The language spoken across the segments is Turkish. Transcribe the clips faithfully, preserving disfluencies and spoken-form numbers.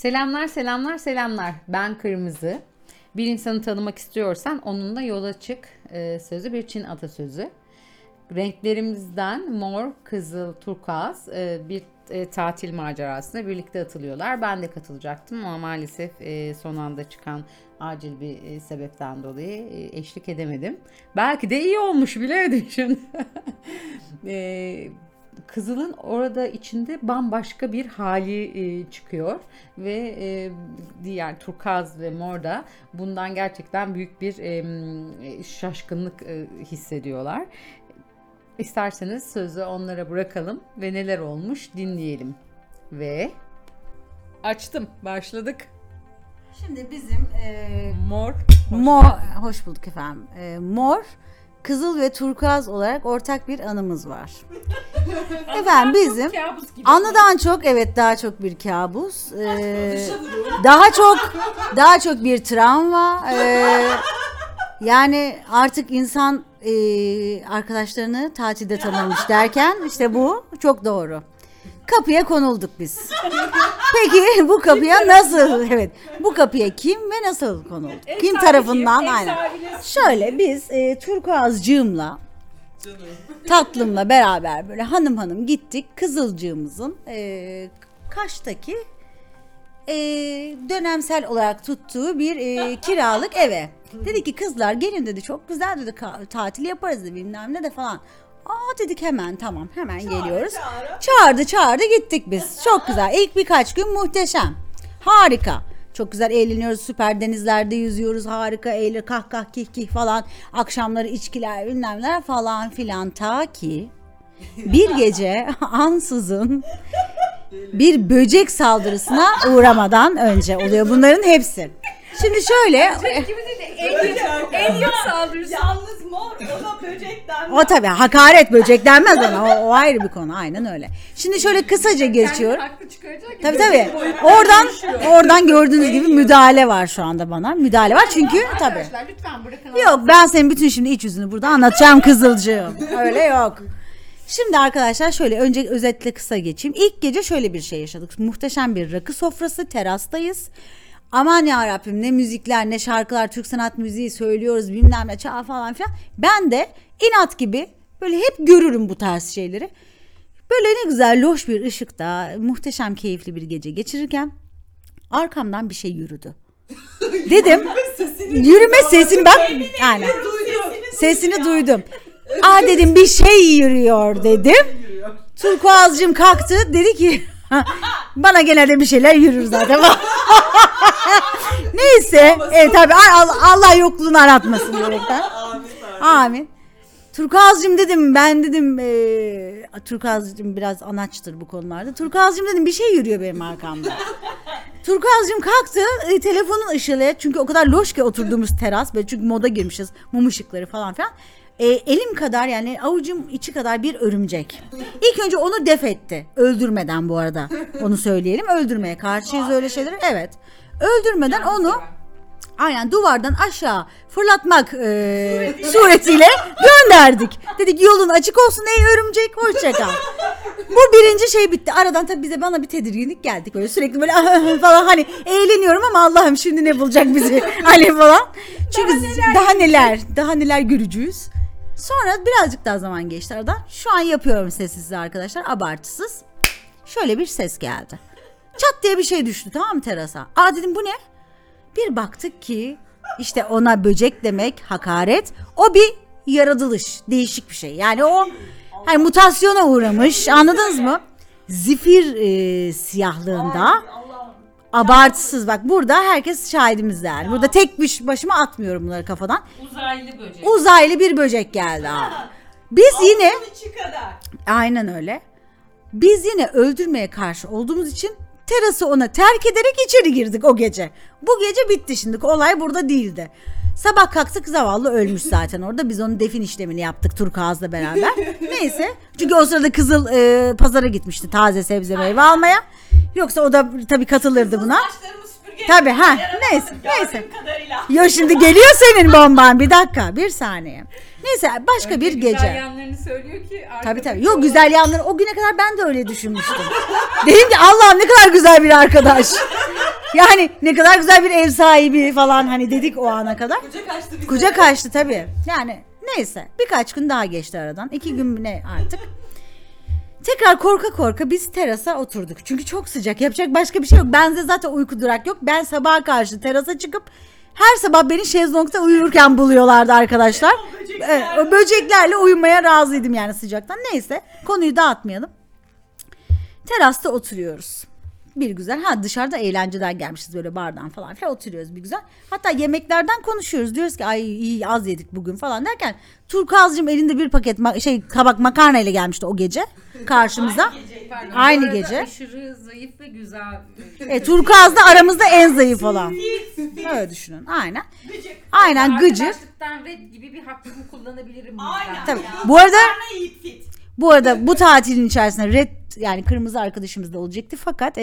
Selamlar, selamlar, selamlar. Ben Kırmızı. Bir insanı tanımak istiyorsan onunla yola çık e, sözü bir Çin atasözü. Renklerimizden mor, kızıl, turkuaz e, bir e, tatil macerasına birlikte atılıyorlar. Ben de katılacaktım ama maalesef e, son anda çıkan acil bir e, sebepten dolayı e, eşlik edemedim. Belki de iyi olmuş, bile düşün. e, Kızıl'ın orada içinde bambaşka bir hali e, çıkıyor ve e, diğer turkuaz ve mor da bundan gerçekten büyük bir e, şaşkınlık e, hissediyorlar. İsterseniz sözü onlara bırakalım ve neler olmuş dinleyelim. Ve açtım, başladık. Şimdi bizim e, Mor. mor, hoş bulduk efendim. E, mor, kızıl ve turkuaz olarak ortak bir anımız var. Efendim bizim anıdan çok, evet, daha çok bir kabus. E, daha çok daha çok bir travma. E, yani artık insan e, arkadaşlarını tatilde tanımış derken işte bu çok doğru. Kapıya konulduk biz. Peki bu kapıya nasıl? Evet. Bu kapıya kim ve nasıl konulduk? Ev Kim sahibi, tarafından? ev Aynen. sahibine- Şöyle biz e, turkuazcığımla, tatlımla beraber böyle hanım hanım gittik. Kızılcığımızın e, Kaş'taki e, dönemsel olarak tuttuğu bir e, kiralık eve. Dedi ki kızlar gelin dedi, çok güzel dedi, ka- tatil yaparız dedi, bilmem ne de falan. Aa dedik, hemen tamam, hemen geliyoruz. çağıra. Çağırdı çağırdı gittik biz. Çok güzel. İlk birkaç gün muhteşem. Harika. Çok güzel eğleniyoruz. Süper denizlerde yüzüyoruz. Harika eğlen, kah kah kih kih falan. Akşamları içkiler bilmem neler falan filan. Ta ki bir gece ansızın bir böcek saldırısına uğramadan önce oluyor bunların hepsi. Şimdi şöyle, En yok saldırısı. Yalnız mor ona böcekten. o tabii hakaret, böcek denmez ona, o, o ayrı bir konu, aynen öyle. Şimdi şöyle kısaca geçiyorum. Haklı çıkaracak gibi. Tabii tabii. Oradan oradan gördüğünüz gibi müdahale var şu anda bana. Müdahale var çünkü tabii. Arkadaşlar lütfen bırakın. Yok, ben senin bütün şimdi iç yüzünü burada anlatacağım Kızılcığım. Öyle yok. Şimdi arkadaşlar şöyle önce özetle kısa geçeyim. İlk gece şöyle bir şey yaşadık. Muhteşem bir rakı sofrası, terastayız. Aman ya Rabbim, ne müzikler ne şarkılar, Türk sanat müziği söylüyoruz bilmem ne çağ falan filan. Ben de inat gibi böyle hep görürüm bu tarz şeyleri. Böyle ne güzel loş bir ışıkta muhteşem keyifli bir gece geçirirken arkamdan bir şey yürüdü. Dedim yürüme sesini bak, aynen sesini duydum. Aa dedim bir şey yürüyor dedim. Turkuazcığım kalktı dedi ki bana genelde bir şeyler yürür zaten. Neyse, evet tabii Allah, Allah yokluğunu aratmasın diyerekten. Amin. Turkuazcığım dedim, ben dedim e, Turkuazcığım biraz anaçtır bu konularda. Turkuazcığım dedim bir şey yürüyor benim arkamda. Turkuazcığım kalktı, e, telefonun ışığıyla, çünkü o kadar loş ki oturduğumuz teras, böyle çünkü moda girmişiz, mum ışıkları falan filan. E, elim kadar, yani avucum içi kadar bir örümcek. İlk önce onu def etti. Öldürmeden, bu arada onu söyleyelim. Öldürmeye karşıyız öyle şeyleri. Evet. Öldürmeden onu aynen duvardan aşağı fırlatmak e, suretiyle gönderdik. Dedik yolun açık olsun ey örümcek, hoşça kal. Bu birinci şey bitti. Aradan tabii bize, bana bir tedirginlik geldik. Böyle sürekli böyle falan, hani eğleniyorum ama Allah'ım şimdi ne bulacak bizi hani falan. Çünkü daha neler, daha neler, daha neler göreceğiz. Sonra birazcık daha zaman geçti aradan. Şu an yapıyorum sessiz arkadaşlar, abartısız. Şöyle bir ses geldi. Çat diye bir şey düştü, tamam mı, terasa. Aa dedim bu ne? Bir baktık ki işte ona böcek demek hakaret. O bir yaratılış, değişik bir şey. Yani o hani mutasyona uğramış, anladınız mı? Zifir e, siyahlığında. Abartısız, bak burada herkes şahidimiz yani. Burada tek bir başıma atmıyorum bunları kafadan. Uzaylı böcek. Uzaylı bir böcek geldi abi. Biz yine içi kadar. aynen öyle. Biz yine öldürmeye karşı olduğumuz için terası ona terk ederek içeri girdik o gece. Bu gece bitti şimdi. Olay burada değildi. Sabah kalktık, zavallı ölmüş zaten orada. Biz onun defin işlemini yaptık Turkuaz'la beraber. Neyse. Çünkü o sırada Kızıl e, pazara gitmişti taze sebze meyve almaya. Yoksa o da tabii katılırdı buna. Saçlarımı süpürge geçtik. Tabii, ha, Yaramadım neyse, gördüğüm neyse. kadarıyla. Yo şimdi geliyor senin bomban, bir dakika, bir saniye. Neyse başka Önce bir güzel gece. yanlarını söylüyor ki. Tabii tabii. arkadaki Yok o- güzel yanları, o güne kadar ben de öyle düşünmüştüm. Dedim ki Allah'ım ne kadar güzel bir arkadaş. Yani ne kadar güzel bir ev sahibi falan hani dedik o ana kadar. Kucak açtı bize. Kucak açtı tabii. Yani neyse birkaç gün daha geçti aradan. İki gün mü ne artık. Tekrar korka korka biz terasa oturduk. Çünkü çok sıcak. Yapacak başka bir şey yok. Bende zaten uyku durak yok. Ben sabaha karşı terasa çıkıp her sabah beni şezlongda uyurken buluyorlardı arkadaşlar. O böcekler. Evet, o böceklerle uyumaya razıydım yani sıcaktan. Neyse konuyu dağıtmayalım. Terasta oturuyoruz. Bir güzel. Ha dışarıda eğlenceden gelmişiz böyle bardan falan filan oturuyoruz bir güzel. Hatta yemeklerden konuşuyoruz. Diyoruz ki ay iyi az yedik bugün falan derken Turkuaz'cığım elinde bir paket ma- şey kabak makarna ile gelmişti o gece karşımıza. Aynı geceydi. Pardon, Aynı bu arada gece. Aşırı zayıf ve güzel. E, Turkuaz da aramızda en zayıf olan. Öyle düşünün. Aynen. Gıcık. Aynen gıcık. Arkadaşlıktan red gibi bir hakkımı kullanabilirim. burada. Aynen. Tabii. ya. Bu arada Makarna yiğit fit. Bu arada bu tatilin içerisinde red yani kırmızı arkadaşımız da olacaktı fakat e,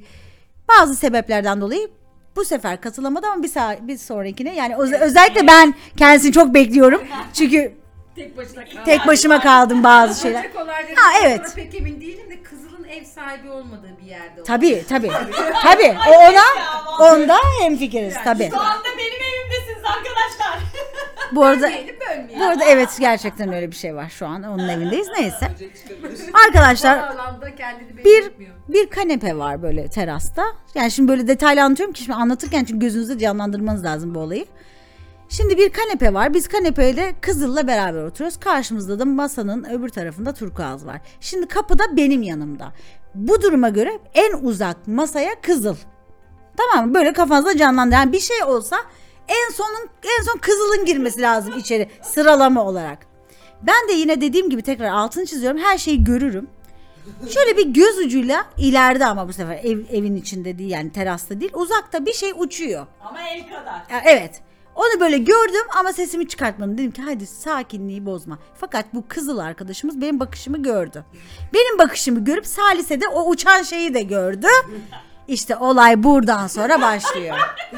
bazı sebeplerden dolayı bu sefer katılamadı ama bir, sa- bir sonrakine yani öz- özellikle ben kendisini çok bekliyorum çünkü Tek başına kaldım. tek başıma kaldım bazı şeyler. Böcek olayları Ha, konusunda evet. pek emin değilim de Kızıl'ın ev sahibi olmadığı bir yerde. Tabii tabii tabii o ona onda hemfikiriz tabii. Şu anda benim evimdesiniz arkadaşlar. Bu arada Bölmeyelim bölmeyelim. bu arada evet gerçekten öyle bir şey var şu an onun evindeyiz neyse. Arkadaşlar Bu alanda kendini belli bir etmiyor. bir kanepe var böyle terasta. Yani şimdi böyle detaylı anlatıyorum ki şimdi anlatırken çünkü gözünüzde canlandırmanız lazım bu olayı. Şimdi bir kanepe var. Biz kanepeyle Kızıl'la beraber oturuyoruz. Karşımızda da masanın öbür tarafında Turkuaz var. Şimdi kapıda benim yanımda. Bu duruma göre en uzak masaya Kızıl. Tamam mı? Böyle kafanızda canlandır. Yani bir şey olsa en sonun en son Kızıl'ın girmesi lazım içeri sıralama olarak. Ben de yine dediğim gibi tekrar altını çiziyorum. Her şeyi görürüm. Şöyle bir göz ucuyla ileride ama bu sefer ev, evin içinde değil yani terasta değil uzakta bir şey uçuyor. Ama el kadar. Ya, evet. Onu böyle gördüm ama sesimi çıkartmadım. Dedim ki hadi sakinliği bozma. Fakat bu Kızıl arkadaşımız benim bakışımı gördü. Benim bakışımı görüp Salise de o uçan şeyi de gördü. İşte olay buradan sonra başlıyor.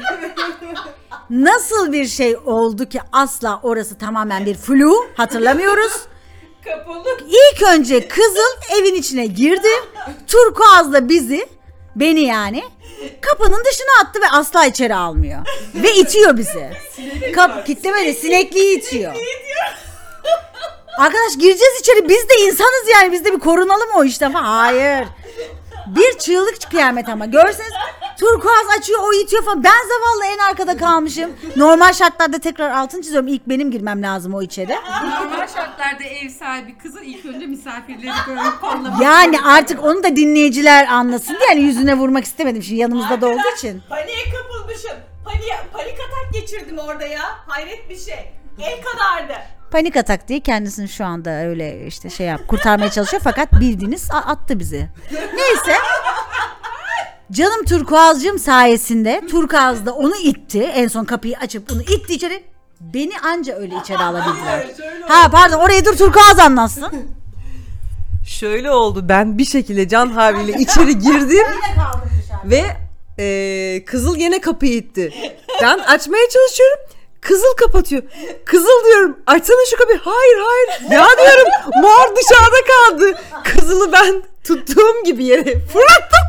Nasıl bir şey oldu ki asla orası tamamen bir flu hatırlamıyoruz. Kapalı. İlk önce Kızıl evin içine girdi. Turkuaz da bizi, beni yani kapının dışına attı ve asla içeri almıyor. Ve itiyor bizi. Kap kitlemedi, sinekliği itiyor. Arkadaş gireceğiz içeri, biz de insanız yani, biz de bir korunalım o işte falan. Hayır. Bir çığlık kıyamet ama görseniz Turkuaz açıyor, o itiyor falan. Ben zavallı en arkada kalmışım. Normal şartlarda tekrar altını çiziyorum. İlk benim girmem lazım o içeri. Normal şartlarda ev sahibi Kızıl ilk önce misafirleri görüp anlamak. Yani artık onu da dinleyiciler anlasın diye yani yüzüne vurmak istemedim şimdi yanımızda da olduğu için. Paniğe kapılmışım. Paniğe, panik atak geçirdim orada ya. Hayret bir şey. El kadardı. Panik atak diye kendisini şu anda öyle işte şey yap kurtarmaya çalışıyor fakat bildiğiniz a- attı bizi. Neyse. Canım Turkuaz'cığım sayesinde Turkuaz da onu itti. En son kapıyı açıp onu itti içeri. Beni anca öyle içeri alabildiler. Ha pardon orayı dur Turkuaz anlatsın. Şöyle oldu, ben bir şekilde can havliyle içeri girdim ve e, Kızıl yine kapıyı itti. Ben açmaya çalışıyorum. Kızıl kapatıyor. Kızıl diyorum, açsana şu kapıyı. Hayır hayır. Ya diyorum, mor dışarıda kaldı. Kızılı ben tuttuğum gibi yere fırlattım.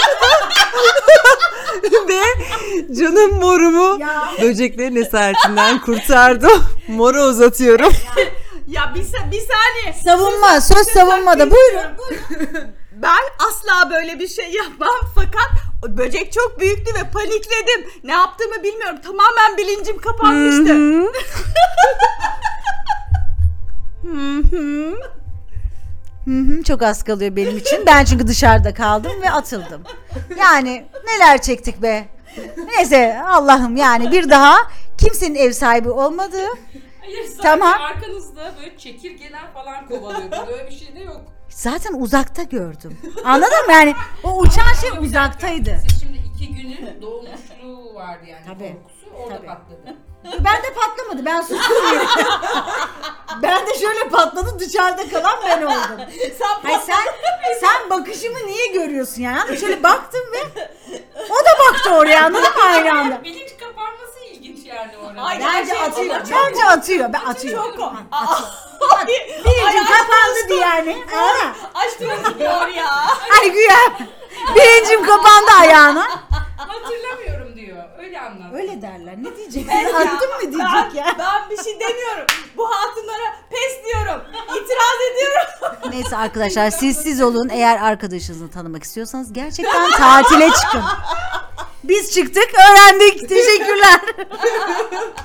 Ve canım morumu böceklerin esaretinden kurtardım. Moru uzatıyorum. Ya bir, sa- bir saniye. Savunma söz savunma da buyurun. Ben asla böyle bir şey yapmam fakat o böcek çok büyüktü ve panikledim. Ne yaptığımı bilmiyorum. Tamamen bilincim kapanmıştı. Hı hı, çok az kalıyor benim için. Ben çünkü dışarıda kaldım ve atıldım. Yani neler çektik be. Neyse Allah'ım yani bir daha kimsenin ev sahibi olmadığı. Hayır sadece Tamam. arkanızda böyle çekirgeler falan kovalıyor. Böyle bir şey de yok. Zaten uzakta gördüm. Anladın mı? Yani o uçan şey uzaktaydı. Siz şimdi iki günün doğmuşluğu vardı yani Tabii. korkusu orada Tabii. patladı. Ben de patlamadı. Ben sustum. Ben de şöyle patladı. Dışarıda kalan ben oldum. Sen Hayır sen sen bakışımı niye görüyorsun yani? Hani şöyle baktım ve o da baktı düştü oraya, anladın mı aynı anda? Bilinç kapanması ilginç yani orada. Ay, Bence gerçekten atıyor. çok- Bence atıyor. Ben atıyor. Çok o. Birinci kapandı diye yani. Ha. Açtım diyor ya. Ay güya. Birincim kapandı ayağına. Hatırlamıyorum diyor. Öyle anlat. Öyle derler. Ne diyecek? Evet ya, Attım mı diyecek ben, ya. Ben bir şey demiyorum. Bu hatunlara pes diyorum. İtiraz ediyorum. Neyse arkadaşlar, siz siz olun. Eğer arkadaşınızı tanımak istiyorsanız gerçekten tatile çıkın. Biz çıktık, öğrendik. Teşekkürler.